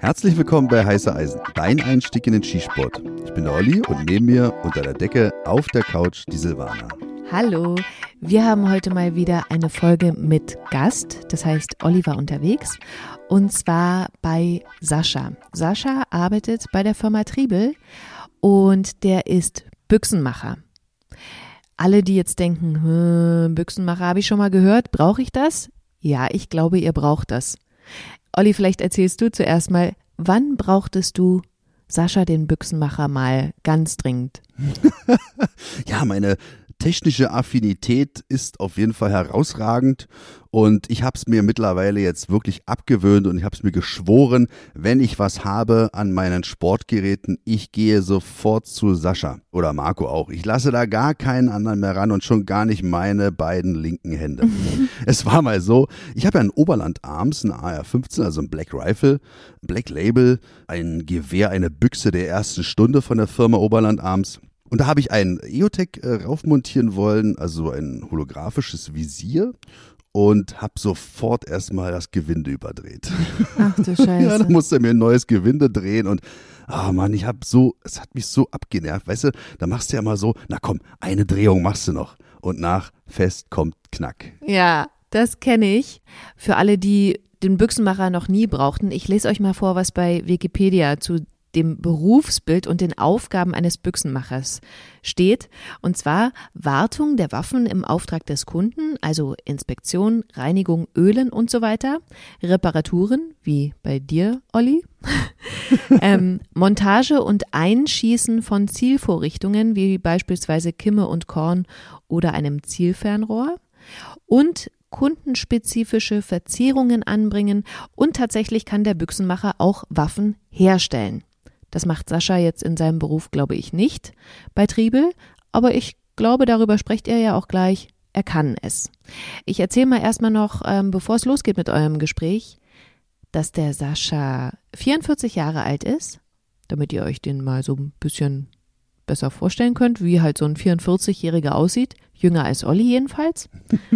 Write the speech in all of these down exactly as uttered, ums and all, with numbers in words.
Herzlich willkommen bei Heiße Eisen, dein Einstieg in den Skisport. Ich bin der Olli und neben mir unter der Decke auf der Couch die Silvana. Hallo, wir haben heute mal wieder eine Folge mit Gast, das heißt Olli war unterwegs und zwar bei Sascha. Sascha arbeitet bei der Firma Triebel und der ist Büchsenmacher. Alle, die jetzt denken, hm, Büchsenmacher habe ich schon mal gehört, brauche ich das? Ja, ich glaube, ihr braucht das. Olli, vielleicht erzählst du zuerst mal, wann brauchtest du Sascha, den Büchsenmacher, mal ganz dringend? Ja, meine technische Affinität ist auf jeden Fall herausragend und ich habe es mir mittlerweile jetzt wirklich abgewöhnt und ich habe es mir geschworen, wenn ich was habe an meinen Sportgeräten, ich gehe sofort zu Sascha oder Marco auch. Ich lasse da gar keinen anderen mehr ran und schon gar nicht meine beiden linken Hände. Es war mal so, ich habe ja ein Oberland Arms, ein A R fünfzehn, also ein Black Rifle, Black Label, ein Gewehr, eine Büchse der ersten Stunde von der Firma Oberland Arms. Und da habe ich ein EOTech äh, raufmontieren wollen, also ein holographisches Visier und habe sofort erstmal das Gewinde überdreht. Ach du Scheiße. Ja, da musste er mir ein neues Gewinde drehen und ah oh Mann, ich habe so, es hat mich so abgenervt, weißt du, da machst du ja mal so, na komm, eine Drehung machst du noch und nach Fest kommt Knack. Ja, das kenne ich. Für alle, die den Büchsenmacher noch nie brauchten, ich lese euch mal vor, was bei Wikipedia zu dem Berufsbild und den Aufgaben eines Büchsenmachers steht. Und zwar Wartung der Waffen im Auftrag des Kunden, also Inspektion, Reinigung, Ölen und so weiter, Reparaturen, wie bei dir, Olli, ähm, Montage und Einschießen von Zielvorrichtungen, wie beispielsweise Kimme und Korn oder einem Zielfernrohr und kundenspezifische Verzierungen anbringen und tatsächlich kann der Büchsenmacher auch Waffen herstellen. Das macht Sascha jetzt in seinem Beruf, glaube ich, nicht bei Triebel, aber ich glaube, darüber spricht er ja auch gleich, er kann es. Ich erzähle mal erstmal noch, ähm, bevor es losgeht mit eurem Gespräch, dass der Sascha vierundvierzig Jahre alt ist, damit ihr euch den mal so ein bisschen besser vorstellen könnt, wie halt so ein vierundvierzigjähriger aussieht, jünger als Olli jedenfalls.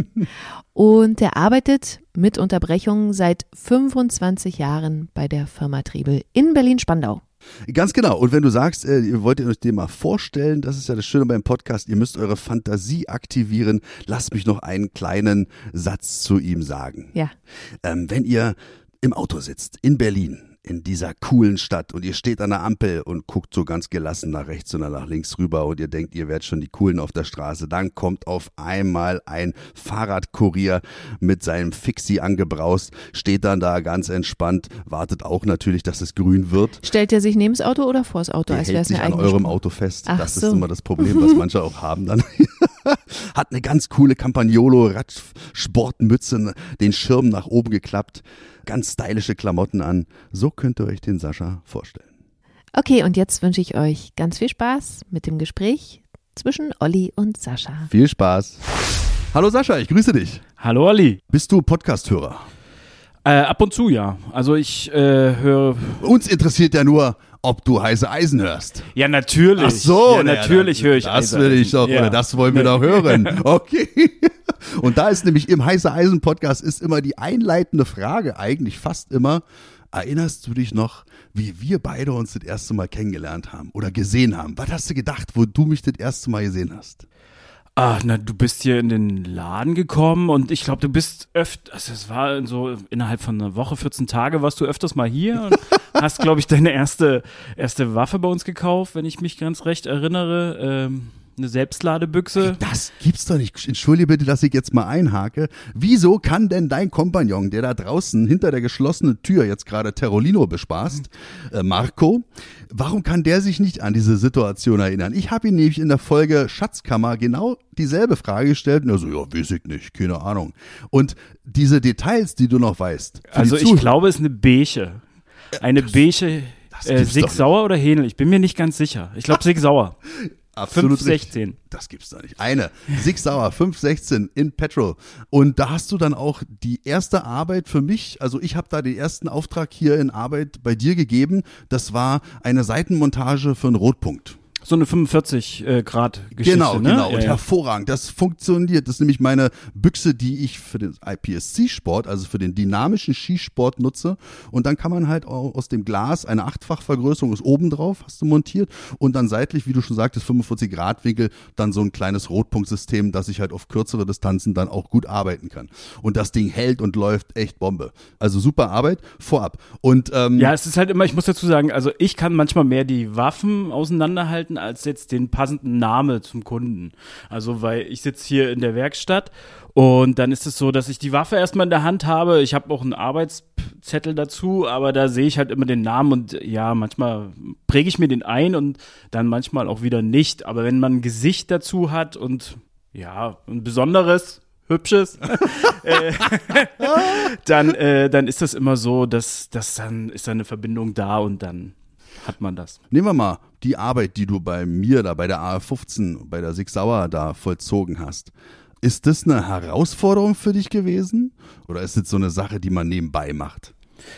Und der arbeitet mit Unterbrechungen seit fünfundzwanzig Jahren bei der Firma Triebel in Berlin-Spandau. Ganz genau. Und wenn du sagst, äh, ihr wollt euch den mal vorstellen, das ist ja das Schöne beim Podcast, ihr müsst eure Fantasie aktivieren. Lasst mich noch einen kleinen Satz zu ihm sagen. Ja. Ähm, wenn ihr im Auto sitzt in Berlin, in dieser coolen Stadt und ihr steht an der Ampel und guckt so ganz gelassen nach rechts oder nach links rüber und ihr denkt, ihr werdet schon die Coolen auf der Straße, dann kommt auf einmal ein Fahrradkurier mit seinem Fixie angebraust, steht dann da ganz entspannt, wartet auch natürlich, dass es grün wird. Stellt er sich neben das Auto oder vor das Auto? Der als hält sich an eurem Auto fest. Ach das so. ist immer das Problem, was manche auch haben dann. Hat eine ganz coole Campagnolo-Radsportmütze, den Schirm nach oben geklappt, ganz stylische Klamotten an. So könnt ihr euch den Sascha vorstellen. Okay, und jetzt wünsche ich euch ganz viel Spaß mit dem Gespräch zwischen Olli und Sascha. Viel Spaß. Hallo Sascha, ich grüße dich. Hallo Olli. Bist du Podcast-Hörer? Äh, ab und zu, ja. Also ich äh, höre... Uns interessiert ja nur, ob du Heiße Eisen hörst. Ja, natürlich. Ach so. Ja, natürlich na, höre ich Das Heiße will ich Eisen. doch, Ja. oder das wollen wir doch hören. Okay. Und da ist nämlich im Heiße Eisen Podcast ist immer die einleitende Frage, eigentlich fast immer, erinnerst du dich noch, wie wir beide uns das erste Mal kennengelernt haben oder gesehen haben? Was hast du gedacht, wo du mich das erste Mal gesehen hast? Ach, na, du bist hier in den Laden gekommen und ich glaube, du bist öfter, also es war so innerhalb von einer Woche, vierzehn Tage warst du öfters mal hier und hast, glaube ich, deine erste, erste Waffe bei uns gekauft, wenn ich mich ganz recht erinnere. Ähm, eine Selbstladebüchse. Ey, das gibt's doch nicht. Entschuldige bitte, dass ich jetzt mal einhake. Wieso kann denn dein Kompagnon, der da draußen hinter der geschlossenen Tür jetzt gerade Terrolino bespaßt, äh, Marco, warum kann der sich nicht an diese Situation erinnern? Ich habe ihn nämlich in der Folge Schatzkammer genau dieselbe Frage gestellt und er so, ja, weiß ich nicht, keine Ahnung. Und diese Details, die du noch weißt. Also ich glaube, es ist eine Beche. Eine das, Beche, das äh, Sig Sauer oder Hähnel? Ich bin mir nicht ganz sicher. Ich glaube Sig Sauer. Absolut fünf sechzehn. Das gibt's doch nicht. Eine. Sig Sauer fünf sechzehn in Petrol. Und da hast du dann auch die erste Arbeit für mich, also ich habe da den ersten Auftrag hier in Arbeit bei dir gegeben. Das war eine Seitenmontage für einen Rotpunkt. So eine fünfundvierzig Grad Geschichte, Genau, ne? genau. Ja, Und ja. hervorragend. Das funktioniert. Das ist nämlich meine Büchse, die ich für den I P S C-Sport, also für den dynamischen Skisport nutze. Und dann kann man halt auch aus dem Glas eine Achtfachvergrößerung ist oben drauf, hast du montiert. Und dann seitlich, wie du schon sagtest, fünfundvierzig Grad Winkel, dann so ein kleines Rotpunktsystem, dass ich halt auf kürzere Distanzen dann auch gut arbeiten kann. Und das Ding hält und läuft echt Bombe. Also super Arbeit vorab. Und ähm, Ja, es ist halt immer, ich muss dazu sagen, also ich kann manchmal mehr die Waffen auseinanderhalten, als jetzt den passenden Namen zum Kunden. Also, weil ich sitze hier in der Werkstatt und dann ist es so, dass ich die Waffe erstmal in der Hand habe. Ich habe auch einen Arbeitszettel dazu, aber da sehe ich halt immer den Namen und ja, manchmal präge ich mir den ein und dann manchmal auch wieder nicht. Aber wenn man ein Gesicht dazu hat und ja, ein besonderes, hübsches, äh, dann, äh, dann ist das immer so, dass, dass dann ist da eine Verbindung da und dann hat man das. Nehmen wir mal die Arbeit, die du bei mir da, bei der A F fünfzehn, bei der Sig Sauer da vollzogen hast. Ist das eine Herausforderung für dich gewesen? Oder ist das so eine Sache, die man nebenbei macht?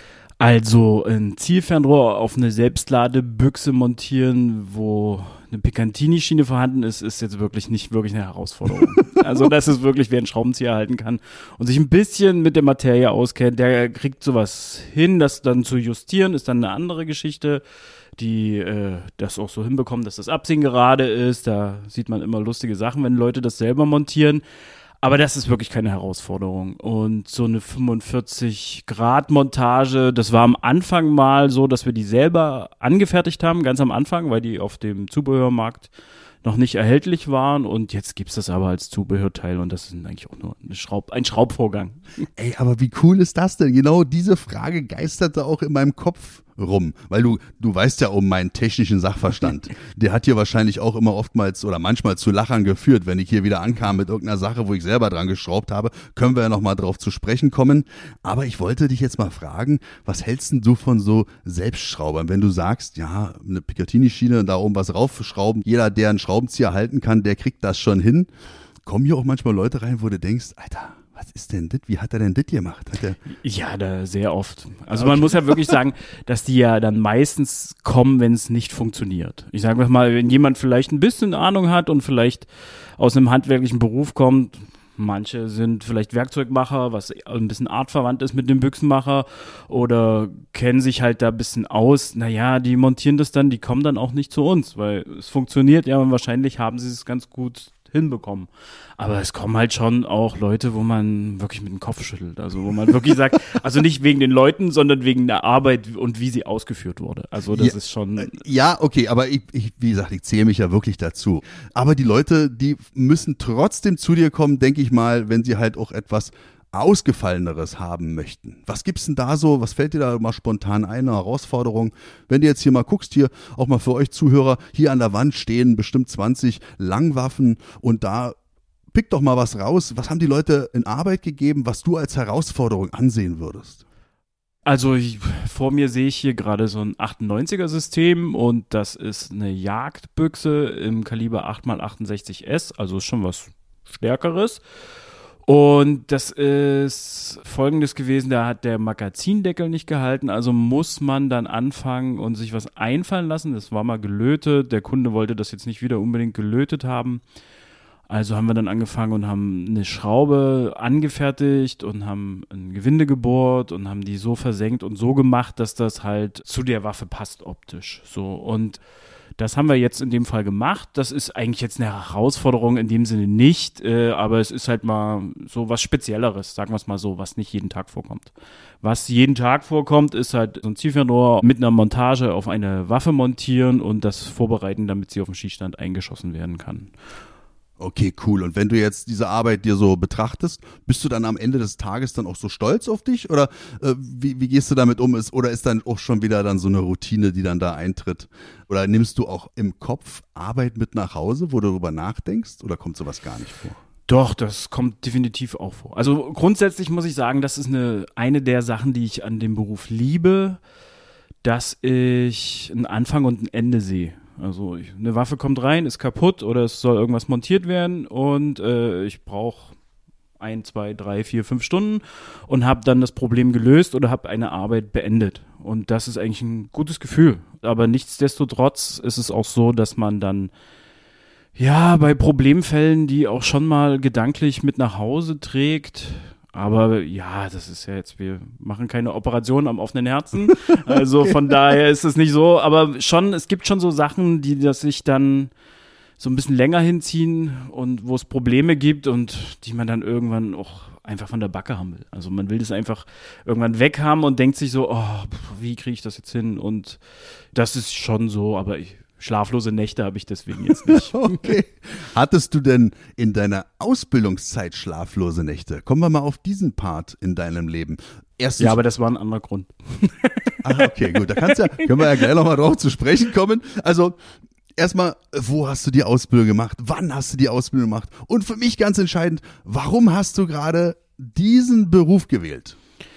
Also ein Zielfernrohr auf eine Selbstladebüchse montieren, wo eine Piccantini-Schiene vorhanden ist, ist jetzt wirklich nicht wirklich eine Herausforderung. Also das ist wirklich, wer einen Schraubenzieher halten kann und sich ein bisschen mit der Materie auskennt, der kriegt sowas hin, das dann zu justieren, ist dann eine andere Geschichte, die äh, das auch so hinbekommen, dass das Abziehen gerade ist. Da sieht man immer lustige Sachen, wenn Leute das selber montieren. Aber das ist wirklich keine Herausforderung. Und so eine fünfundvierzig Grad Montage, das war am Anfang mal so, dass wir die selber angefertigt haben, ganz am Anfang, weil die auf dem Zubehörmarkt noch nicht erhältlich waren. Und jetzt gibt's das aber als Zubehörteil und das ist eigentlich auch nur eine Schraub, ein Schraubvorgang. Ey, aber wie cool ist das denn? Genau diese Frage geisterte auch in meinem Kopf rum, weil du du weißt ja um meinen technischen Sachverstand. Der hat hier wahrscheinlich auch immer oftmals oder manchmal zu Lachern geführt, wenn ich hier wieder ankam mit irgendeiner Sache, wo ich selber dran geschraubt habe. Können wir ja nochmal drauf zu sprechen kommen. Aber ich wollte dich jetzt mal fragen, was hältst denn du von so Selbstschraubern? Wenn du sagst, ja, eine Piccantini-Schiene, da oben was raufschrauben, jeder, der einen Schraubenzieher halten kann, der kriegt das schon hin. Kommen hier auch manchmal Leute rein, wo du denkst, Alter, was ist denn das? Wie hat er denn das gemacht? Hat er Ja, da sehr oft. Also man muss ja wirklich sagen, dass die ja dann meistens kommen, wenn es nicht funktioniert. Ich sage mal, wenn jemand vielleicht ein bisschen Ahnung hat und vielleicht aus einem handwerklichen Beruf kommt, manche sind vielleicht Werkzeugmacher, was ein bisschen artverwandt ist mit dem Büchsenmacher oder kennen sich halt da ein bisschen aus. Naja, die montieren das dann, die kommen dann auch nicht zu uns, weil es funktioniert ja und wahrscheinlich haben sie es ganz gut hinbekommen. Aber es kommen halt schon auch Leute, wo man wirklich mit dem Kopf schüttelt. Also wo man wirklich sagt, also nicht wegen den Leuten, sondern wegen der Arbeit und wie sie ausgeführt wurde. Also das Ja, ist schon... Ja, okay, aber ich, ich, wie gesagt, ich zähle mich ja wirklich dazu. Aber die Leute, die müssen trotzdem zu dir kommen, denke ich mal, wenn sie halt auch etwas Ausgefalleneres haben möchten. Was gibt's denn da so? Was fällt dir da mal spontan ein, eine Herausforderung? Wenn du jetzt hier mal guckst, hier auch mal für euch Zuhörer, hier an der Wand stehen bestimmt zwanzig Langwaffen und da pick doch mal was raus. Was haben die Leute in Arbeit gegeben, was du als Herausforderung ansehen würdest? Also ich, vor mir sehe ich hier gerade so ein achtundneunziger System und das ist eine Jagdbüchse im Kaliber acht mal achtundsechzig S, also ist schon was Stärkeres. Und das ist Folgendes gewesen, da hat der Magazindeckel nicht gehalten, also muss man dann anfangen und sich was einfallen lassen. Das war mal gelötet, der Kunde wollte das jetzt nicht wieder unbedingt gelötet haben. Also haben wir dann angefangen und haben eine Schraube angefertigt und haben ein Gewinde gebohrt und haben die so versenkt und so gemacht, dass das halt zu der Waffe passt optisch. So, und das haben wir jetzt in dem Fall gemacht. Das ist eigentlich jetzt eine Herausforderung in dem Sinne nicht, äh, aber es ist halt mal so was Spezielleres, sagen wir es mal so, was nicht jeden Tag vorkommt. Was jeden Tag vorkommt, ist halt so ein Zielfernrohr mit einer Montage auf eine Waffe montieren und das vorbereiten, damit sie auf dem Schießstand eingeschossen werden kann. Okay, cool. Und wenn du jetzt diese Arbeit dir so betrachtest, bist du dann am Ende des Tages dann auch so stolz auf dich? Oder äh, wie, wie gehst du damit um? Ist, oder ist dann auch schon wieder dann so eine Routine, die dann da eintritt? Oder nimmst du auch im Kopf Arbeit mit nach Hause, wo du darüber nachdenkst? Oder kommt sowas gar nicht vor? Doch, das kommt definitiv auch vor. Also grundsätzlich muss ich sagen, das ist eine, eine der Sachen, die ich an dem Beruf liebe, dass ich einen Anfang und ein Ende sehe. Also ich, eine Waffe kommt rein, ist kaputt oder es soll irgendwas montiert werden und äh, ich brauche ein, zwei, drei, vier, fünf Stunden und habe dann das Problem gelöst oder habe eine Arbeit beendet. Und das ist eigentlich ein gutes Gefühl. Aber nichtsdestotrotz ist es auch so, dass man dann ja bei Problemfällen, die auch schon mal gedanklich mit nach Hause trägt. Aber ja, das ist ja jetzt, wir machen keine Operation am offenen Herzen. Also okay. Von daher ist es nicht so. Aber schon, es gibt schon so Sachen, die das sich dann so ein bisschen länger hinziehen und wo es Probleme gibt und die man dann irgendwann auch einfach von der Backe haben will. Also man will das einfach irgendwann weg haben und denkt sich so, oh, wie kriege ich das jetzt hin? Und das ist schon so, aber ich, schlaflose Nächte habe ich deswegen jetzt nicht. Okay. Hattest du denn in deiner Ausbildungszeit schlaflose Nächte? Kommen wir mal auf diesen Part in deinem Leben. Erstens, ja, aber das war ein anderer Grund. Ach, okay, gut. Da kannst ja, können wir ja gleich nochmal drauf zu sprechen kommen. Also erstmal, wo hast du die Ausbildung gemacht? Wann hast du die Ausbildung gemacht? Und für mich ganz entscheidend, warum hast du gerade diesen Beruf gewählt?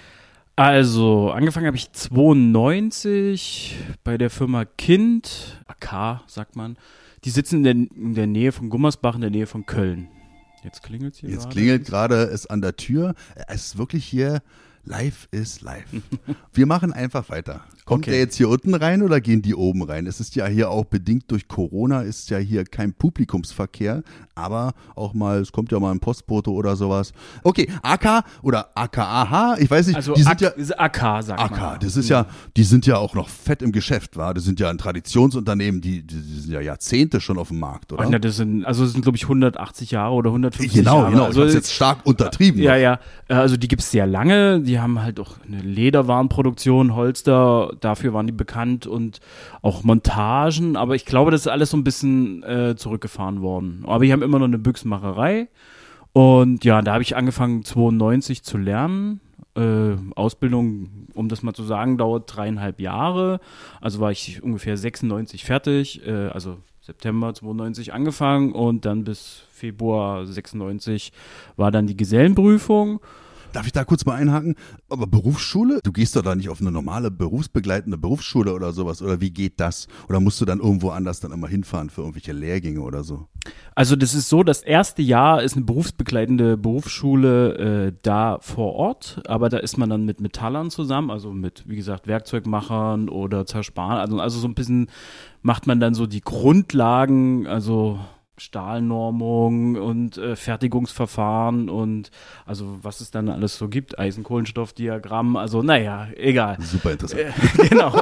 Also, angefangen habe ich zweiundneunzig bei der Firma Kind, A K sagt man. Die sitzen in der, in der Nähe von Gummersbach, in der Nähe von Köln. Jetzt klingelt es hier Jetzt gerade. klingelt gerade es an der Tür. Es ist wirklich hier, live ist live. Wir machen einfach weiter. Kommt Okay. der jetzt hier unten rein oder gehen die oben rein? Es ist ja hier auch bedingt durch Corona, ist ja hier kein Publikumsverkehr, aber auch mal, es kommt ja mal ein Postbote oder sowas. Okay, A K oder A K A H, ich weiß nicht, Also die sind ja A K, sagt A man. K, das ist ja, die sind ja auch noch fett im Geschäft, war. Das sind ja ein Traditionsunternehmen, die, die sind ja Jahrzehnte schon auf dem Markt, oder? Ach, na, das sind, also das sind, glaube ich, hundertachtzig Jahre oder hundertfünfzig Genau, Jahre. genau. Also, Ich habe es jetzt stark untertrieben. ja, noch. ja. Äh, Also die gibt es sehr lange. Die haben halt auch eine Lederwarenproduktion, Holster, dafür waren die bekannt und auch Montagen. Aber ich glaube, das ist alles so ein bisschen äh, zurückgefahren worden. Aber die haben immer noch eine Büchsenmacherei. Und ja, da habe ich angefangen zweiundneunzig zu lernen. Äh, Ausbildung, um das mal zu sagen, dauert dreieinhalb Jahre. Also war ich ungefähr sechsundneunzig fertig, äh, also September zweiundneunzig angefangen und dann bis Februar sechsundneunzig war dann die Gesellenprüfung. Darf ich da kurz mal einhaken? Aber Berufsschule? Du gehst doch da nicht auf eine normale berufsbegleitende Berufsschule oder sowas? Oder wie geht das? Oder musst du dann irgendwo anders dann immer hinfahren für irgendwelche Lehrgänge oder so? Also das ist so, das erste Jahr ist eine berufsbegleitende Berufsschule äh, da vor Ort, aber da ist man dann mit Metallern zusammen, also mit, wie gesagt, Werkzeugmachern oder Zersparen, also, also so ein bisschen macht man dann so die Grundlagen, also Stahlnormung und äh, Fertigungsverfahren und also was es dann alles so gibt, Eisenkohlenstoffdiagramm, also naja, egal. Super interessant. Äh, genau.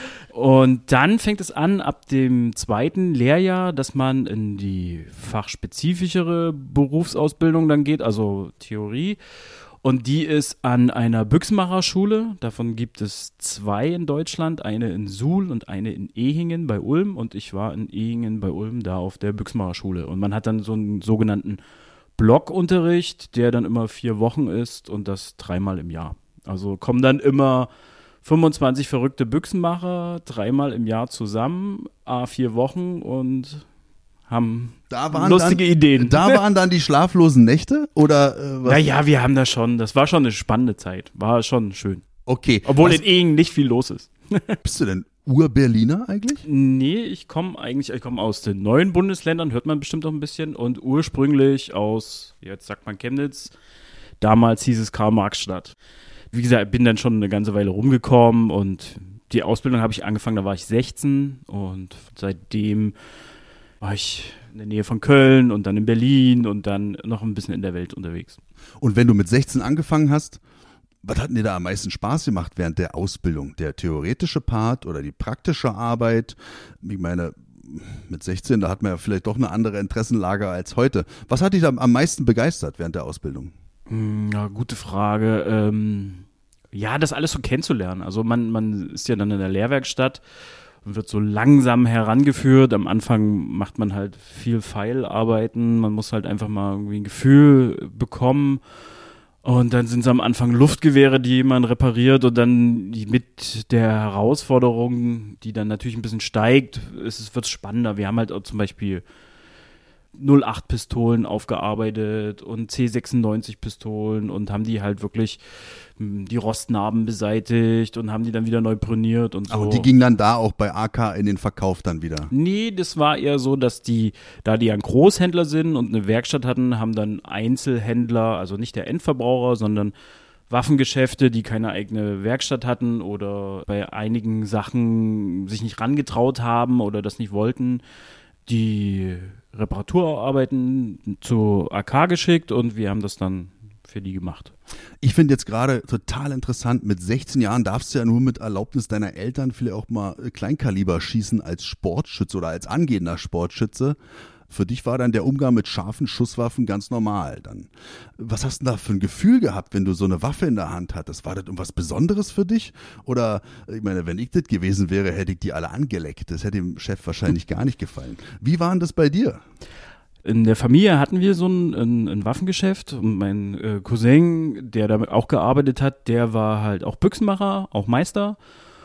Und dann fängt es an ab dem zweiten Lehrjahr, dass man in die fachspezifischere Berufsausbildung dann geht, also Theorie. Und die ist an einer Büchsenmacherschule. Davon gibt es zwei in Deutschland, eine in Suhl und eine in Ehingen bei Ulm. Und ich war in Ehingen bei Ulm da auf der Büchsenmacherschule. Und man hat dann so einen sogenannten Blockunterricht, der dann immer vier Wochen ist und das dreimal im Jahr. Also kommen dann immer fünfundzwanzig verrückte Büchsenmacher dreimal im Jahr zusammen, a vier Wochen und haben Da waren lustige dann, Ideen. Da waren dann die schlaflosen Nächte? Oder äh, was? Naja, wir haben das schon, das war schon eine spannende Zeit, war schon schön. Okay. Obwohl was, in Ehingen nicht viel los ist. bist du denn Ur-Berliner eigentlich? Nee, ich komme eigentlich, ich komme aus den neuen Bundesländern, hört man bestimmt auch ein bisschen, und ursprünglich aus, jetzt sagt man Chemnitz, damals hieß es Karl-Marx-Stadt. Wie gesagt, bin dann schon eine ganze Weile rumgekommen und die Ausbildung habe ich angefangen, da war ich sechzehn und seitdem war ich in der Nähe von Köln und dann in Berlin und dann noch ein bisschen in der Welt unterwegs. Und wenn du mit sechzehn angefangen hast, was hat dir da am meisten Spaß gemacht während der Ausbildung? Der theoretische Part oder die praktische Arbeit? Ich meine, mit sechzehn, da hat man ja vielleicht doch eine andere Interessenlage als heute. Was hat dich da am meisten begeistert während der Ausbildung? Ja, gute Frage. Ähm, ja, das alles so kennenzulernen. Also man, man ist ja dann in der Lehrwerkstatt und wird so langsam herangeführt. Am Anfang macht man halt viel Pfeilarbeiten. Man muss halt einfach mal irgendwie ein Gefühl bekommen. Und dann sind es am Anfang Luftgewehre, die man repariert. Und dann mit der Herausforderung, die dann natürlich ein bisschen steigt, ist es wird spannender. Wir haben halt auch zum Beispiel null acht Pistolen aufgearbeitet und C sechsundneunzig Pistolen und haben die halt wirklich mh, die Rostnarben beseitigt und haben die dann wieder neu brüniert und so. Aber die gingen dann da auch bei A K in den Verkauf dann wieder? Nee, das war eher so, dass die, da die ein Großhändler sind und eine Werkstatt hatten, haben dann Einzelhändler, also nicht der Endverbraucher, sondern Waffengeschäfte, die keine eigene Werkstatt hatten oder bei einigen Sachen sich nicht rangetraut haben oder das nicht wollten, die Reparaturarbeiten zu A K geschickt und wir haben das dann für die gemacht. Ich finde jetzt gerade total interessant, mit sechzehn Jahren darfst du ja nur mit Erlaubnis deiner Eltern vielleicht auch mal Kleinkaliber schießen als Sportschütze oder als angehender Sportschütze. Für dich war dann der Umgang mit scharfen Schusswaffen ganz normal. Dann, was hast du denn da für ein Gefühl gehabt, wenn du so eine Waffe in der Hand hattest? War das irgendwas Besonderes für dich? Oder, ich meine, wenn ich das gewesen wäre, hätte ich die alle angeleckt. Das hätte dem Chef wahrscheinlich gar nicht gefallen. Wie war denn das bei dir? In der Familie hatten wir so ein, ein, ein Waffengeschäft und mein äh, Cousin, der da auch gearbeitet hat, der war halt auch Büchsenmacher, auch Meister.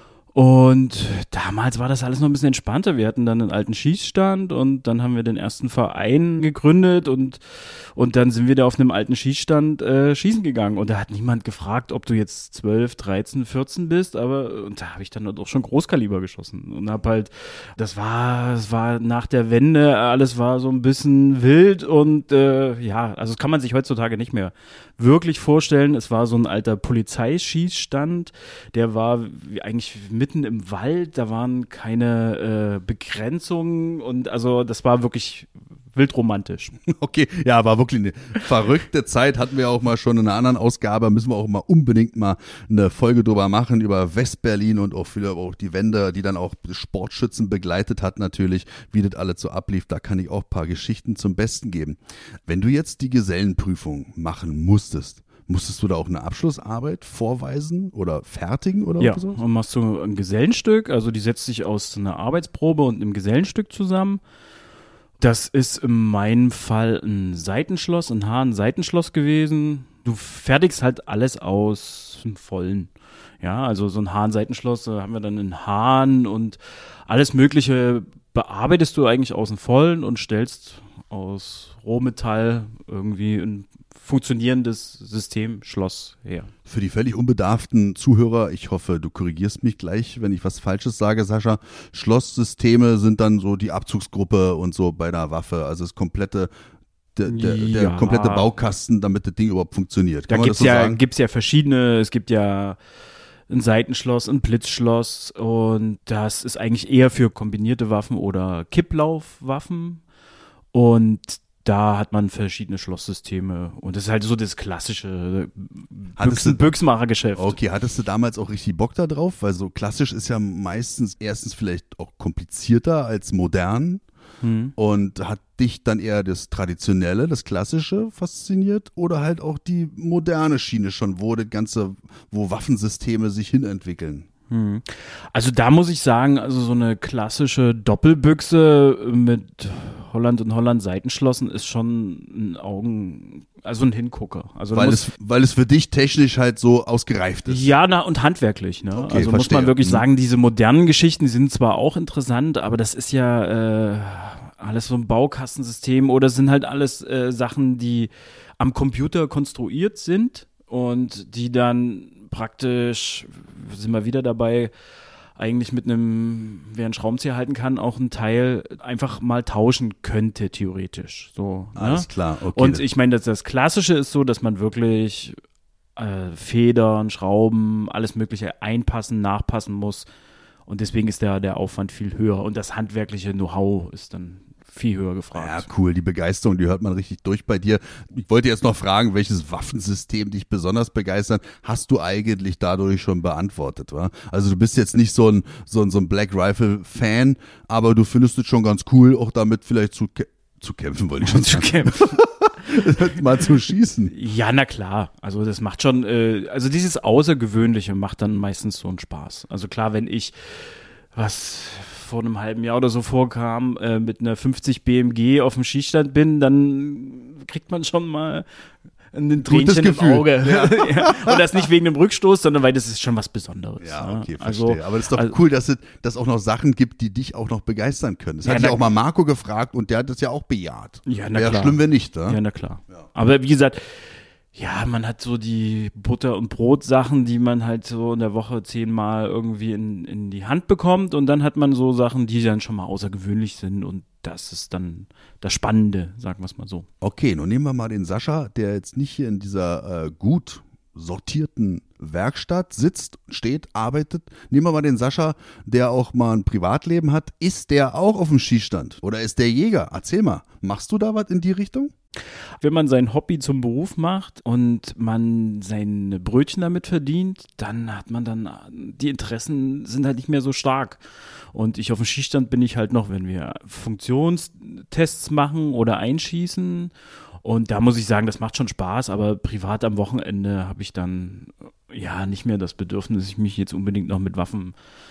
Und damals war das alles noch ein bisschen entspannter. Wir hatten dann einen alten Schießstand und dann haben wir den ersten Verein gegründet und, und dann sind wir da auf einem alten Schießstand äh, schießen gegangen. Und da hat niemand gefragt, ob du jetzt zwölf, dreizehn, vierzehn bist, aber und da habe ich dann doch schon Großkaliber geschossen und habe halt, das war, das war nach der Wende, alles war so ein bisschen wild und äh, ja, also das kann man sich heutzutage nicht mehr wirklich vorstellen. Es war so ein alter Polizeischießstand, der war eigentlich mitten im Wald, da waren keine äh, Begrenzungen und also das war wirklich wildromantisch. Okay, ja, war wirklich eine verrückte Zeit, hatten wir auch mal schon in einer anderen Ausgabe, müssen wir auch mal unbedingt mal eine Folge drüber machen, über Westberlin und auch viele, auch die Wende, die dann auch Sportschützen begleitet hat natürlich, wie das alles so ablief, da kann ich auch ein paar Geschichten zum Besten geben. Wenn du jetzt die Gesellenprüfung machen musstest, musstest du da auch eine Abschlussarbeit vorweisen oder fertigen oder ja, so? und machst du ein Gesellenstück, also die setzt sich aus einer Arbeitsprobe und einem Gesellenstück zusammen. Das ist in meinem Fall ein Seitenschloss, ein Hahn-Seitenschloss gewesen. Du fertigst halt alles aus dem Vollen. Ja, also so ein Hahn-Seitenschloss, da haben wir dann einen Hahn und alles Mögliche bearbeitest du eigentlich aus dem Vollen und stellst aus Rohmetall irgendwie ein funktionierendes System Schloss her. Für die völlig unbedarften Zuhörer, ich hoffe, du korrigierst mich gleich, wenn ich was Falsches sage, Sascha. Schlosssysteme sind dann so die Abzugsgruppe und so bei der Waffe, also das komplette Der, der, der ja. komplette Baukasten, damit das Ding überhaupt funktioniert. Kann da man gibt's das so ja, sagen? gibt's ja verschiedene, es gibt ja ein Seitenschloss, ein Blitzschloss und das ist eigentlich eher für kombinierte Waffen oder Kipplaufwaffen und da hat man verschiedene Schlosssysteme und das ist halt so das klassische Büchsen, Büchsenmachergeschäft. Okay, hattest du damals auch richtig Bock da drauf? Weil so klassisch ist ja meistens erstens vielleicht auch komplizierter als modern. Hm. Und hat dich dann eher das Traditionelle, das Klassische fasziniert oder halt auch die moderne Schiene schon, wo das Ganze, wo Waffensysteme sich hinentwickeln? Hm. Also da muss ich sagen, also so eine klassische Doppelbüchse mit Holland und Holland Seitenschlossen ist schon ein Augen, also ein Hingucker. Also weil, es, weil es für dich technisch halt so ausgereift ist. Ja, na, und handwerklich. Ne? Okay, also verstehe. muss man wirklich mhm. sagen, diese modernen Geschichten, die sind zwar auch interessant, aber das ist ja äh, alles so ein Baukastensystem oder sind halt alles äh, Sachen, die am Computer konstruiert sind und die dann praktisch, sind wir wieder dabei, eigentlich mit einem, wer einen Schraubenzieher halten kann, auch ein Teil einfach mal tauschen könnte, theoretisch. So, Alles ne? klar, okay. Und ich meine, das, das Klassische ist so, dass man wirklich äh, Federn, Schrauben, alles Mögliche einpassen, nachpassen muss. Und deswegen ist der, der Aufwand viel höher. Und das handwerkliche Know-how ist dann viel höher gefragt. Ja, cool. Die Begeisterung, die hört man richtig durch bei dir. Ich wollte jetzt noch fragen, welches Waffensystem dich besonders begeistert. Hast du eigentlich dadurch schon beantwortet, wa? Also du bist jetzt nicht so ein, so ein, so ein Black Rifle Fan, aber du findest es schon ganz cool, auch damit vielleicht zu, zu kämpfen, wollte ich schon zu sagen. kämpfen. Mal zu schießen. Ja, na klar. Also das macht schon, äh, also dieses Außergewöhnliche macht dann meistens so einen Spaß. Also klar, wenn ich was vor einem halben Jahr oder so vorkam, äh, mit einer fünfzig B M G auf dem Schießstand bin, dann kriegt man schon mal ein Tränchen im Auge. Ja. Ja. Und das nicht wegen dem Rückstoß, sondern weil das ist schon was Besonderes. Ja, okay, verstehe. Also, aber das ist doch also, cool, dass es dass auch noch Sachen gibt, die dich auch noch begeistern können. Das ja, hatte na, ich auch mal Marco gefragt und der hat das ja auch bejaht. Ja, na Wäre klar. schlimm, wenn nicht. Ne? Ja, na klar. Ja. Aber wie gesagt, ja, man hat so die Butter- und Brot-Sachen, die man halt so in der Woche zehnmal irgendwie in, in die Hand bekommt und dann hat man so Sachen, die dann schon mal außergewöhnlich sind und das ist dann das Spannende, sagen wir es mal so. Okay, nun nehmen wir mal den Sascha, der jetzt nicht hier in dieser äh, gut sortierten Werkstatt sitzt, steht, arbeitet. Nehmen wir mal den Sascha, der auch mal ein Privatleben hat. Ist der auch auf dem Schießstand oder ist der Jäger? Erzähl mal, machst du da was in die Richtung? Wenn man sein Hobby zum Beruf macht und man seine Brötchen damit verdient, dann hat man dann, die Interessen sind halt nicht mehr so stark. Und ich auf dem Schießstand bin ich halt noch, wenn wir Funktionstests machen oder einschießen. Und da muss ich sagen, das macht schon Spaß, aber privat am Wochenende habe ich dann ja nicht mehr das Bedürfnis, mich jetzt unbedingt noch mit Waffen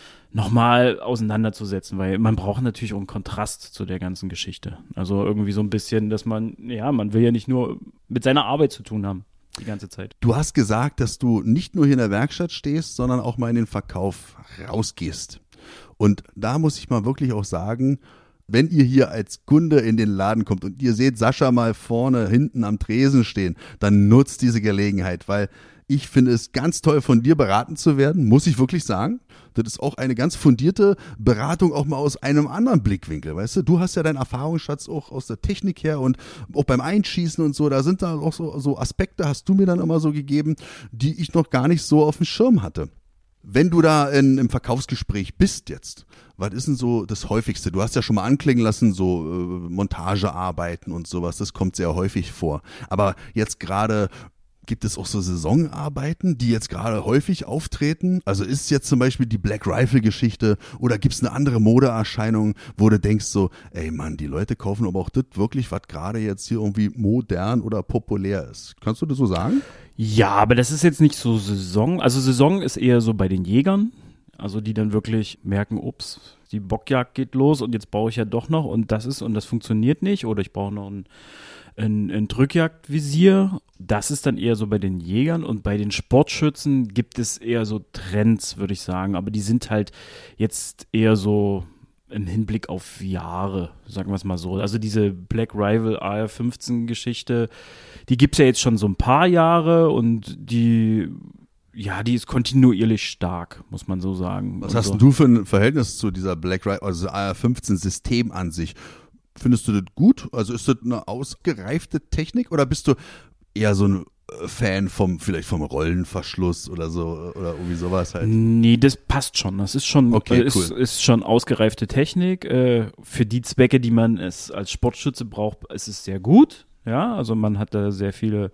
nochmal auseinanderzusetzen, weil man braucht natürlich auch einen Kontrast zu der ganzen Geschichte. Also irgendwie so ein bisschen, dass man, ja, man will ja nicht nur mit seiner Arbeit zu tun haben, die ganze Zeit. Du hast gesagt, dass du nicht nur hier in der Werkstatt stehst, sondern auch mal in den Verkauf rausgehst. Und da muss ich mal wirklich auch sagen, wenn ihr hier als Kunde in den Laden kommt und ihr seht Sascha mal vorne, hinten am Tresen stehen, dann nutzt diese Gelegenheit, weil ich finde es ganz toll, von dir beraten zu werden, muss ich wirklich sagen. Das ist auch eine ganz fundierte Beratung, auch mal aus einem anderen Blickwinkel, weißt du? Du hast ja deinen Erfahrungsschatz auch aus der Technik her und auch beim Einschießen und so, da sind da auch so, so Aspekte, hast du mir dann immer so gegeben, die ich noch gar nicht so auf dem Schirm hatte. Wenn du da in, im Verkaufsgespräch bist jetzt, was ist denn so das Häufigste? Du hast ja schon mal anklingen lassen, so äh, Montagearbeiten und sowas, das kommt sehr häufig vor. Aber jetzt gerade, gibt es auch so Saisonarbeiten, die jetzt gerade häufig auftreten? Also ist es jetzt zum Beispiel die Black Rifle Geschichte oder gibt es eine andere Modeerscheinung, wo du denkst so, ey Mann, die Leute kaufen aber auch das wirklich, was gerade jetzt hier irgendwie modern oder populär ist. Kannst du das so sagen? Ja, aber das ist jetzt nicht so Saison. Also Saison ist eher so bei den Jägern, also die dann wirklich merken, ups, die Bockjagd geht los und jetzt baue ich ja doch noch und das ist und das funktioniert nicht oder ich brauche noch ein, ein, ein Drückjagdvisier. Das ist dann eher so bei den Jägern und bei den Sportschützen gibt es eher so Trends, würde ich sagen, aber die sind halt jetzt eher so im Hinblick auf Jahre, sagen wir es mal so. Also diese Black Rifle A R fünfzehn Geschichte, die gibt es ja jetzt schon so ein paar Jahre und die, ja, die ist kontinuierlich stark, muss man so sagen. Was und hast so. denn du für ein Verhältnis zu dieser Black Rifle, also A R fünfzehn System an sich? Findest du das gut? Also ist das eine ausgereifte Technik oder bist du eher so ein Fan vom, vielleicht vom Rollenverschluss oder so, oder irgendwie sowas halt? Nee, das passt schon. Das ist schon, okay, ist, cool. ist schon ausgereifte Technik. Äh, für die Zwecke, die man es als Sportschütze braucht, ist es sehr gut. Ja, also man hat da sehr viele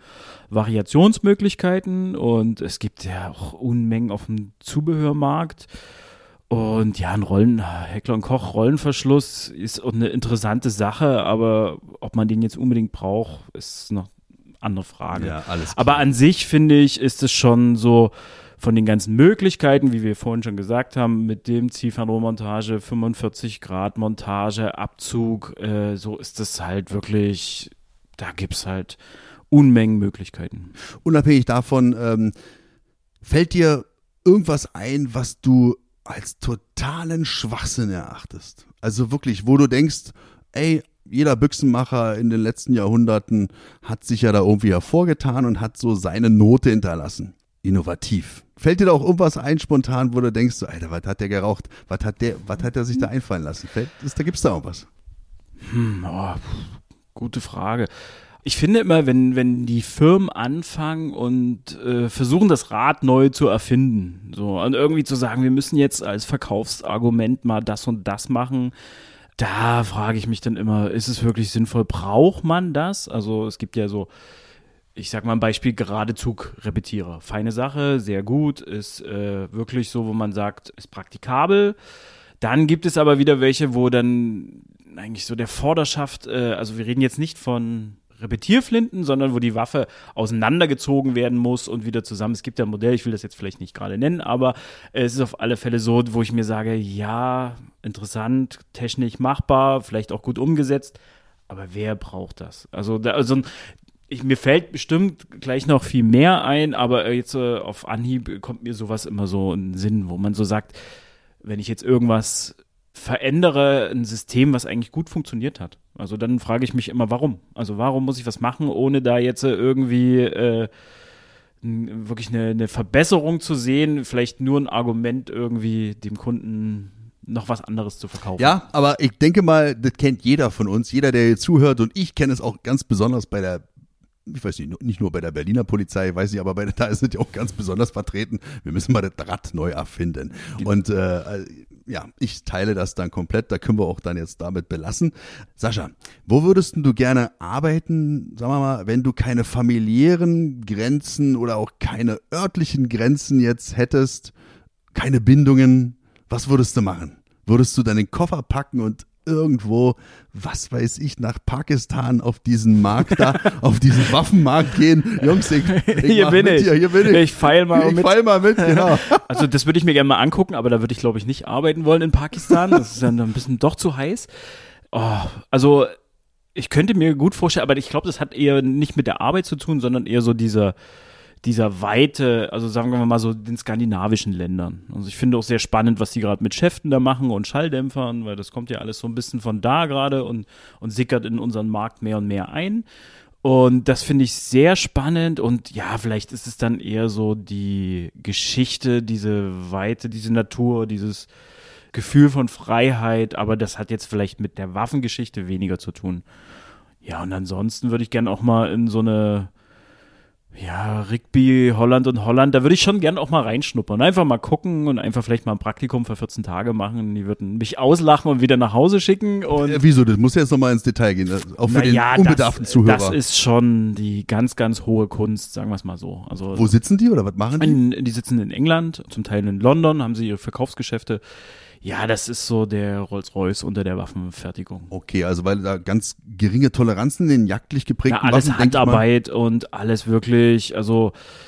Variationsmöglichkeiten und es gibt ja auch Unmengen auf dem Zubehörmarkt. Und ja, ein Rollen, Heckler und Koch Rollenverschluss ist auch eine interessante Sache, aber ob man den jetzt unbedingt braucht, ist noch andere Frage. Ja, alles klar. Aber an sich, finde ich, ist es schon so von den ganzen Möglichkeiten, wie wir vorhin schon gesagt haben, mit dem Zielfernrohrmontage, fünfundvierzig Grad Montage, Abzug, äh, so ist es halt wirklich, da gibt es halt Unmengen Möglichkeiten. Unabhängig davon, ähm, fällt dir irgendwas ein, was du als totalen Schwachsinn erachtest? Also wirklich, wo du denkst, ey, jeder Büchsenmacher in den letzten Jahrhunderten hat sich ja da irgendwie hervorgetan und hat so seine Note hinterlassen. Innovativ. Fällt dir da auch irgendwas ein spontan, wo du denkst, so, Alter, was hat der geraucht? Was hat der, was hat der sich da einfallen lassen? Fällt, ist, da gibt's da irgendwas? Hm, oh, gute Frage. Ich finde immer, wenn, wenn die Firmen anfangen und äh, versuchen, das Rad neu zu erfinden, so, und irgendwie zu sagen, wir müssen jetzt als Verkaufsargument mal das und das machen, da frage ich mich dann immer, ist es wirklich sinnvoll? Braucht man das? Also es gibt ja so, ich sag mal ein Beispiel, Geradezug-Repetierer. Feine Sache, sehr gut, ist äh, wirklich so, wo man sagt, ist praktikabel. Dann gibt es aber wieder welche, wo dann eigentlich so der Vorderschaft, äh, also wir reden jetzt nicht von Repetierflinten, sondern wo die Waffe auseinandergezogen werden muss und wieder zusammen. Es gibt ja ein Modell, ich will das jetzt vielleicht nicht gerade nennen, aber es ist auf alle Fälle so, wo ich mir sage, ja, interessant, technisch machbar, vielleicht auch gut umgesetzt, aber wer braucht das? Also, da, also ich, mir fällt bestimmt gleich noch viel mehr ein, aber jetzt äh, auf Anhieb kommt mir sowas immer so in den Sinn, wo man so sagt, wenn ich jetzt irgendwas verändere, ein System, was eigentlich gut funktioniert hat. Also dann frage ich mich immer, warum? Also warum muss ich was machen, ohne da jetzt irgendwie äh, n- wirklich eine, eine Verbesserung zu sehen, vielleicht nur ein Argument irgendwie dem Kunden noch was anderes zu verkaufen. Ja, aber ich denke mal, das kennt jeder von uns, jeder, der hier zuhört, und ich kenne es auch ganz besonders bei der, ich weiß nicht, nicht nur bei der Berliner Polizei, weiß ich, aber bei der, da ist es ja auch ganz besonders vertreten. Wir müssen mal das Rad neu erfinden. Und äh, ja, ich teile das dann komplett, da können wir auch dann jetzt damit belassen. Sascha, wo würdest du gerne arbeiten, sagen wir mal, wenn du keine familiären Grenzen oder auch keine örtlichen Grenzen jetzt hättest, keine Bindungen, was würdest du machen? Würdest du deinen Koffer packen und irgendwo, was weiß ich, nach Pakistan auf diesen Markt da, auf diesen Waffenmarkt gehen? Jungs, ich, ich Hier mach bin mit ich. Hier, hier bin ich. Ich feil mal ich mit. feil mal mit, genau. Also das würde ich mir gerne mal angucken, aber da würde ich, glaube ich, nicht arbeiten wollen in Pakistan. Das ist dann ein bisschen doch zu heiß. Oh, also ich könnte mir gut vorstellen, aber ich glaube, das hat eher nicht mit der Arbeit zu tun, sondern eher so dieser dieser Weite, also sagen wir mal so den skandinavischen Ländern. Also ich finde auch sehr spannend, was die gerade mit Schäften da machen und Schalldämpfern, weil das kommt ja alles so ein bisschen von da gerade und, und sickert in unseren Markt mehr und mehr ein. Und das finde ich sehr spannend und ja, vielleicht ist es dann eher so die Geschichte, diese Weite, diese Natur, dieses Gefühl von Freiheit, aber das hat jetzt vielleicht mit der Waffengeschichte weniger zu tun. Ja, und ansonsten würde ich gerne auch mal in so eine Ja, Rugby, Holland und Holland, da würde ich schon gern auch mal reinschnuppern. Einfach mal gucken und einfach vielleicht mal ein Praktikum für vierzehn Tage machen. Die würden mich auslachen und wieder nach Hause schicken. Und Äh, wieso? Das muss ja jetzt nochmal ins Detail gehen, auch für den ja, unbedarften das, Zuhörer. Das ist schon die ganz, ganz hohe Kunst, sagen wir es mal so. Also, Wo sitzen die oder was machen die? in, die sitzen in England, zum Teil in London, haben sie ihre Verkaufsgeschäfte. Ja, das ist so der Rolls-Royce unter der Waffenfertigung. Okay, also weil da ganz geringe Toleranzen in den jagdlich geprägten Na, alles Waffen, denk ich mal. Handarbeit und alles wirklich, also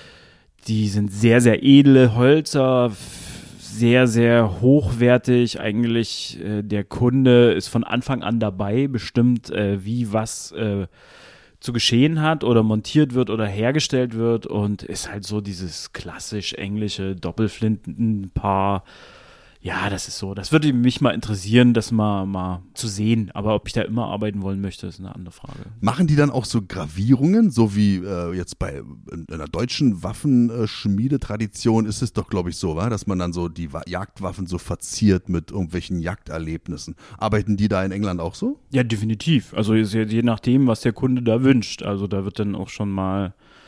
die sind sehr, sehr edle Holzer, f- sehr, sehr hochwertig. Eigentlich äh, der Kunde ist von Anfang an dabei, bestimmt äh, wie was äh, zu geschehen hat oder montiert wird oder hergestellt wird und ist halt so dieses klassisch englische Doppelflintenpaar. Ja, das ist so. Das würde mich mal interessieren, das mal, mal zu sehen. Aber ob ich da immer arbeiten wollen möchte, ist eine andere Frage. Machen die dann auch so Gravierungen, so wie äh, jetzt bei in einer deutschen Waffenschmiedetradition ist es doch, glaube ich, so, wa? Dass man dann so die Wa- Jagdwaffen so verziert mit irgendwelchen Jagderlebnissen. Arbeiten die da in England auch so? Ja, definitiv. Also ist ja je nachdem, was der Kunde da wünscht. Also da wird dann auch schon mal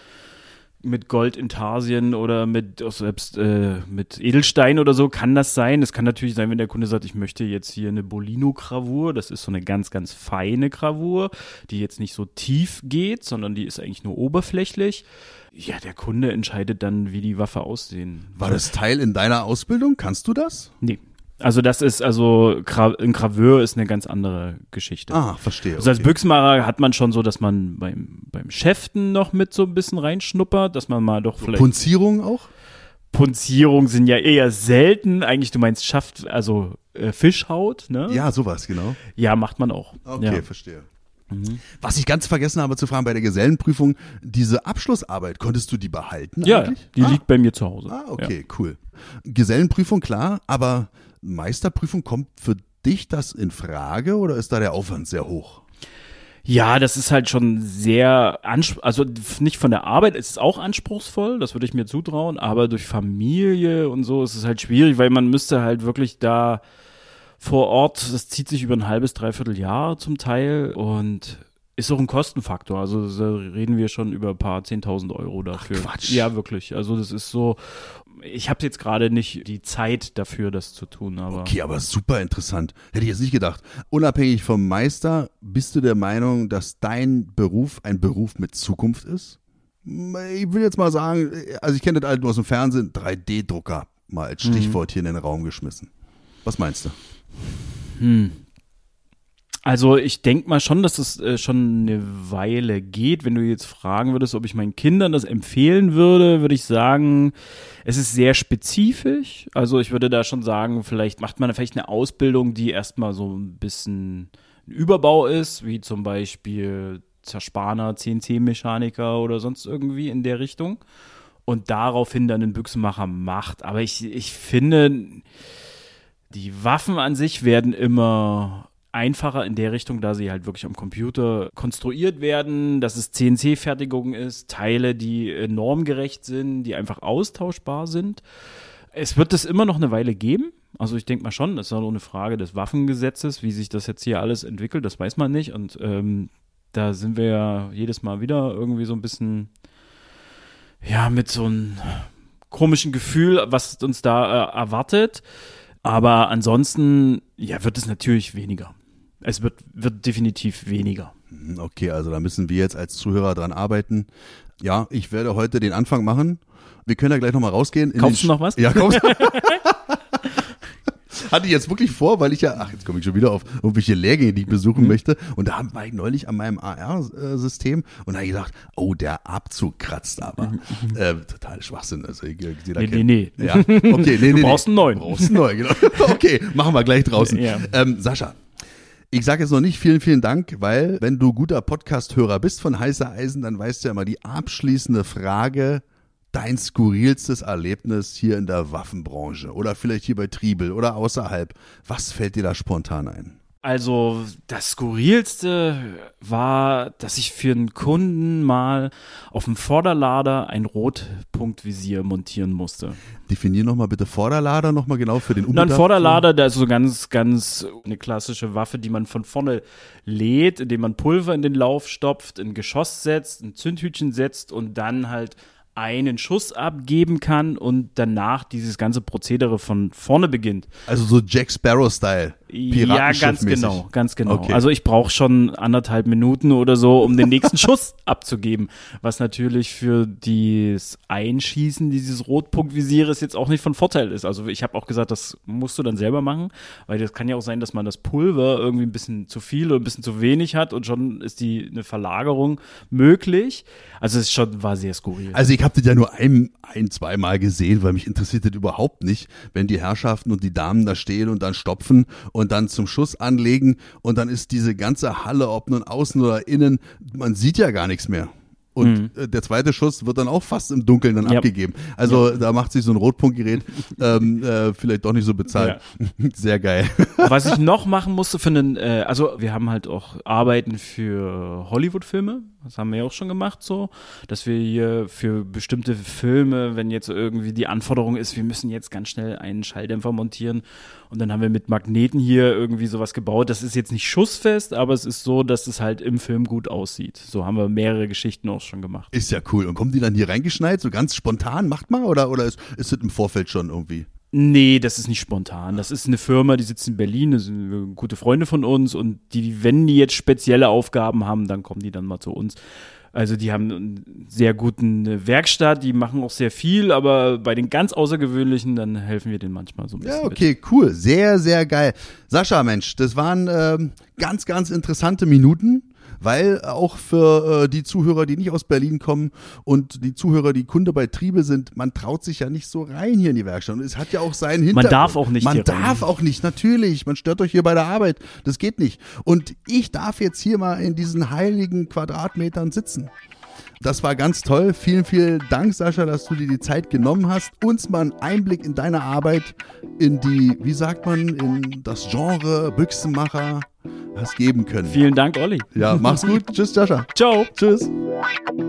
mit Goldintarsien oder mit auch selbst äh, mit Edelstein oder so kann das sein. Es kann natürlich sein, wenn der Kunde sagt, ich möchte jetzt hier eine Bolino-Gravur. Das ist so eine ganz, ganz feine Gravur, die jetzt nicht so tief geht, sondern die ist eigentlich nur oberflächlich. Ja, der Kunde entscheidet dann, wie die Waffe aussehen. War das Teil in deiner Ausbildung? Kannst du das? Nee. Also das ist, also Gra- ein Graveur ist eine ganz andere Geschichte. Ah, verstehe. Also als okay. Büchsenmacher hat man schon so, dass man beim, beim Schäften noch mit so ein bisschen reinschnuppert, dass man mal doch vielleicht. Punzierung auch? Punzierungen sind ja eher selten. Eigentlich, du meinst Schaft, also äh, Fischhaut, ne? Ja, sowas, genau. Ja, macht man auch. Okay, Ja. verstehe. Was ich ganz vergessen habe zu fragen bei der Gesellenprüfung, diese Abschlussarbeit, konntest du die behalten Ja, eigentlich? die ah. liegt bei mir zu Hause. Ah, okay, cool. Gesellenprüfung, klar, aber Meisterprüfung, kommt für dich das in Frage oder ist da der Aufwand sehr hoch? Ja, das ist halt schon sehr, anspr- also nicht von der Arbeit, es ist auch anspruchsvoll, das würde ich mir zutrauen, aber durch Familie und so ist es halt schwierig, weil man müsste halt wirklich da vor Ort, das zieht sich über ein halbes, dreiviertel Jahr zum Teil und ist auch ein Kostenfaktor. Also da reden wir schon über ein paar zehntausend Euro dafür. Ach, Quatsch. Ja, wirklich. Also das ist so, ich habe jetzt gerade nicht die Zeit dafür, das zu tun. Aber Okay, aber super interessant. Hätte ich jetzt nicht gedacht. Unabhängig vom Meister, bist du der Meinung, dass dein Beruf ein Beruf mit Zukunft ist? Ich will jetzt mal sagen, also ich kenne das halt nur aus dem Fernsehen, drei D Drucker mal als Stichwort hier in den Raum geschmissen. Was meinst du? Hm. Also ich denke mal schon, dass es äh, schon eine Weile geht. Wenn du jetzt fragen würdest, ob ich meinen Kindern das empfehlen würde, würde ich sagen, es ist sehr spezifisch. Also ich würde da schon sagen, vielleicht macht man vielleicht eine Ausbildung, die erstmal so ein bisschen ein Überbau ist, wie zum Beispiel Zerspaner, C N C-Mechaniker oder sonst irgendwie in der Richtung und daraufhin dann den Büchsenmacher macht. Aber ich, ich finde, die Waffen an sich werden immer einfacher in der Richtung, da sie halt wirklich am Computer konstruiert werden, dass es C N C-Fertigung ist, Teile, die normgerecht sind, die einfach austauschbar sind. Es wird es immer noch eine Weile geben. Also ich denke mal schon, das ist auch eine Frage des Waffengesetzes, wie sich das jetzt hier alles entwickelt, das weiß man nicht. Und ähm, da sind wir ja jedes Mal wieder irgendwie so ein bisschen, ja, mit so einem komischen Gefühl, was uns da äh, erwartet. Aber ansonsten, ja, wird es natürlich weniger. Es wird, wird definitiv weniger. Okay, also da müssen wir jetzt als Zuhörer dran arbeiten. Ja, ich werde heute den Anfang machen. Wir können ja gleich nochmal rausgehen. Kaufst du noch was? Ja, kaufst Hatte ich jetzt wirklich vor, weil ich ja, ach, jetzt komme ich schon wieder auf irgendwelche Lehrgänge, die ich besuchen mhm. möchte. Und da war ich neulich an meinem A R-System und da habe ich gesagt, oh, der Abzug kratzt aber. Mhm. Äh, total Schwachsinn. Also, ich, ich, nee, nee, nee, nee. Ja, okay, nee, nee, du brauchst nee. einen neuen. Du brauchst einen neuen, genau. Okay, machen wir gleich draußen. Ja. Ähm, Sascha, ich sage jetzt noch nicht vielen, vielen Dank, weil wenn du guter Podcast-Hörer bist von Heißer Eisen, dann weißt du ja immer die abschließende Frage, dein skurrilstes Erlebnis hier in der Waffenbranche oder vielleicht hier bei Triebel oder außerhalb. Was fällt dir da spontan ein? Also das Skurrilste war, dass ich für einen Kunden mal auf dem Vorderlader ein Rotpunktvisier montieren musste. Definier nochmal bitte Vorderlader nochmal genau für den Unbedarften. Ein Vorderlader, der ist so ganz, ganz eine klassische Waffe, die man von vorne lädt, indem man Pulver in den Lauf stopft, ein Geschoss setzt, ein Zündhütchen setzt und dann halt einen Schuss abgeben kann und danach dieses ganze Prozedere von vorne beginnt. Also so Jack Sparrow-Style. Ja, ganz genau, ganz genau. Okay. Also ich brauche schon anderthalb Minuten oder so, um den nächsten Schuss abzugeben, was natürlich für das Einschießen dieses Rotpunktvisiers jetzt auch nicht von Vorteil ist. Also ich habe auch gesagt, das musst du dann selber machen, weil das kann ja auch sein, dass man das Pulver irgendwie ein bisschen zu viel oder ein bisschen zu wenig hat und schon ist die eine Verlagerung möglich. Also es schon war sehr skurril. Also ich habe das ja nur ein, ein, zweimal gesehen, weil mich interessiert das überhaupt nicht, wenn die Herrschaften und die Damen da stehen und dann stopfen und dann zum Schuss anlegen und dann ist diese ganze Halle, ob nun außen oder innen, man sieht ja gar nichts mehr. Und mhm. der zweite Schuss wird dann auch fast im Dunkeln dann ja. abgegeben. Also ja. da macht sich so ein Rotpunktgerät ähm, äh, vielleicht doch nicht so bezahlt. Ja. Sehr geil. Was ich noch machen musste für einen, äh, also wir haben halt auch Arbeiten für Hollywood-Filme. Das haben wir ja auch schon gemacht so, dass wir hier für bestimmte Filme, wenn jetzt irgendwie die Anforderung ist, wir müssen jetzt ganz schnell einen Schalldämpfer montieren und dann haben wir mit Magneten hier irgendwie sowas gebaut. Das ist jetzt nicht schussfest, aber es ist so, dass es halt im Film gut aussieht. So haben wir mehrere Geschichten auch schon gemacht. Ist ja cool. Und kommen die dann hier reingeschneit, so ganz spontan, macht mal oder, oder ist, ist das im Vorfeld schon irgendwie? Nee, das ist nicht spontan. Das ist eine Firma, die sitzt in Berlin, das sind gute Freunde von uns und die, wenn die jetzt spezielle Aufgaben haben, dann kommen die dann mal zu uns. Also die haben einen sehr guten Werkstatt, die machen auch sehr viel, aber bei den ganz Außergewöhnlichen, dann helfen wir denen manchmal so ein bisschen. Ja, okay, mit. Cool. Sehr, sehr geil. Sascha, Mensch, das waren ähm, ganz, ganz interessante Minuten. Weil auch für äh, die Zuhörer, die nicht aus Berlin kommen und die Zuhörer, die Kunde bei Triebel sind, man traut sich ja nicht so rein hier in die Werkstatt. Und es hat ja auch seinen Hintergrund. Man darf auch nicht Man hier darf rein. auch nicht, natürlich. Man stört euch hier bei der Arbeit. Das geht nicht. Und ich darf jetzt hier mal in diesen heiligen Quadratmetern sitzen. Das war ganz toll. Vielen, vielen Dank, Sascha, dass du dir die Zeit genommen hast, uns mal einen Einblick in deine Arbeit, in die, wie sagt man, in das Genre Büchsenmacher hast geben können. Vielen Dank, Olli. Ja, mach's gut. Tschüss, Sascha. Ciao. Tschüss.